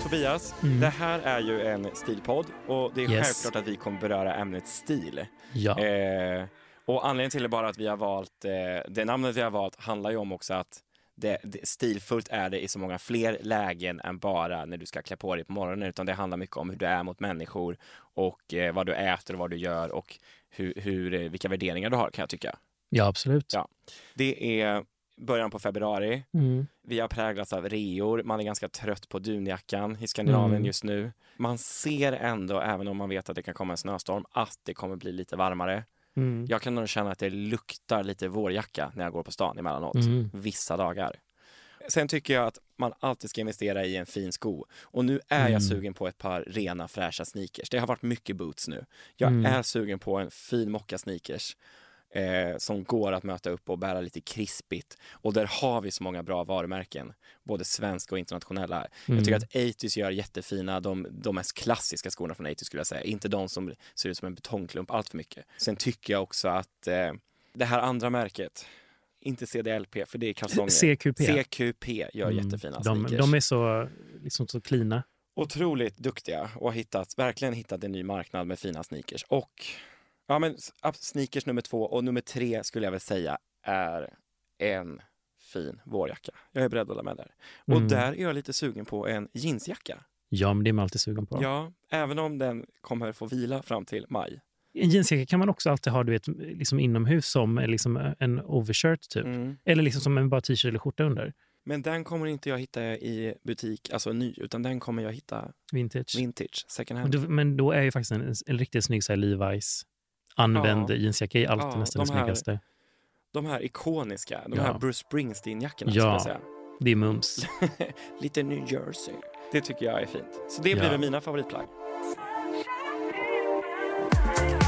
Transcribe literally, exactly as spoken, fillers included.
Tobias, mm. det här är ju en stilpodd och det är yes. självklart att vi kommer beröra ämnet stil. Ja. Eh, och anledningen till det bara att vi har valt, eh, det namnet vi har valt handlar ju om också att det, det, stilfullt är det i så många fler lägen än bara när du ska klä på dig på morgonen, utan det handlar mycket om hur du är mot människor och eh, vad du äter och vad du gör och hur, hur, vilka värderingar du har, kan jag tycka. Ja, absolut. Ja. Det är början på februari. Mm. Vi har präglats av reor. Man är ganska trött på dunjackan i Skandinavien mm. just nu. Man ser ändå, även om man vet att det kan komma en snöstorm, att det kommer bli lite varmare. Mm. Jag kan nog känna att det luktar lite vårjacka när jag går på stan emellanåt. Mm. Vissa dagar. Sen tycker jag att man alltid ska investera i en fin sko. Och nu är mm. jag sugen på ett par rena fräscha sneakers. Det har varit mycket boots nu. Jag mm. är sugen på en fin mocka sneakers. Eh, som går att möta upp och bära lite krispigt. Och där har vi så många bra varumärken, både svenska och internationella. Mm. Jag tycker att Eighties gör jättefina, de, de mest klassiska skorna från Eighties skulle jag säga. Inte de som ser ut som en betongklump allt för mycket. Sen tycker jag också att eh, det här andra märket, inte C D L P, för det är kalsonger. C Q P. C Q P gör mm. jättefina de, sneakers. De är så, liksom så cleana. Otroligt duktiga och har hittat, verkligen hittat en ny marknad med fina sneakers. Och ja, men sneakers nummer två och nummer tre skulle jag väl säga är en fin vårjacka. Jag är beredd att hålla med där. Och mm. där är jag lite sugen på en jeansjacka. Ja, men det är man alltid sugen på. Ja, även om den kommer få vila fram till maj. En jeansjacka kan man också alltid ha, du vet, liksom inomhus som liksom en overshirt typ. Mm. Eller liksom som en bara t-shirt eller skjorta under. Men den kommer inte jag hitta i butik, alltså ny, utan den kommer jag hitta vintage, vintage second hand. Men då, men då är ju faktiskt en, en riktigt snygg så här Levi's använd ja. jeansjacka i allt ja, nästan de det snyggaste. De här ikoniska, de ja. här Bruce Springsteen-jackorna ja, skulle jag säga. Det är mums. Lite New Jersey. Det tycker jag är fint. Så det blir ja. mina favoritplagg.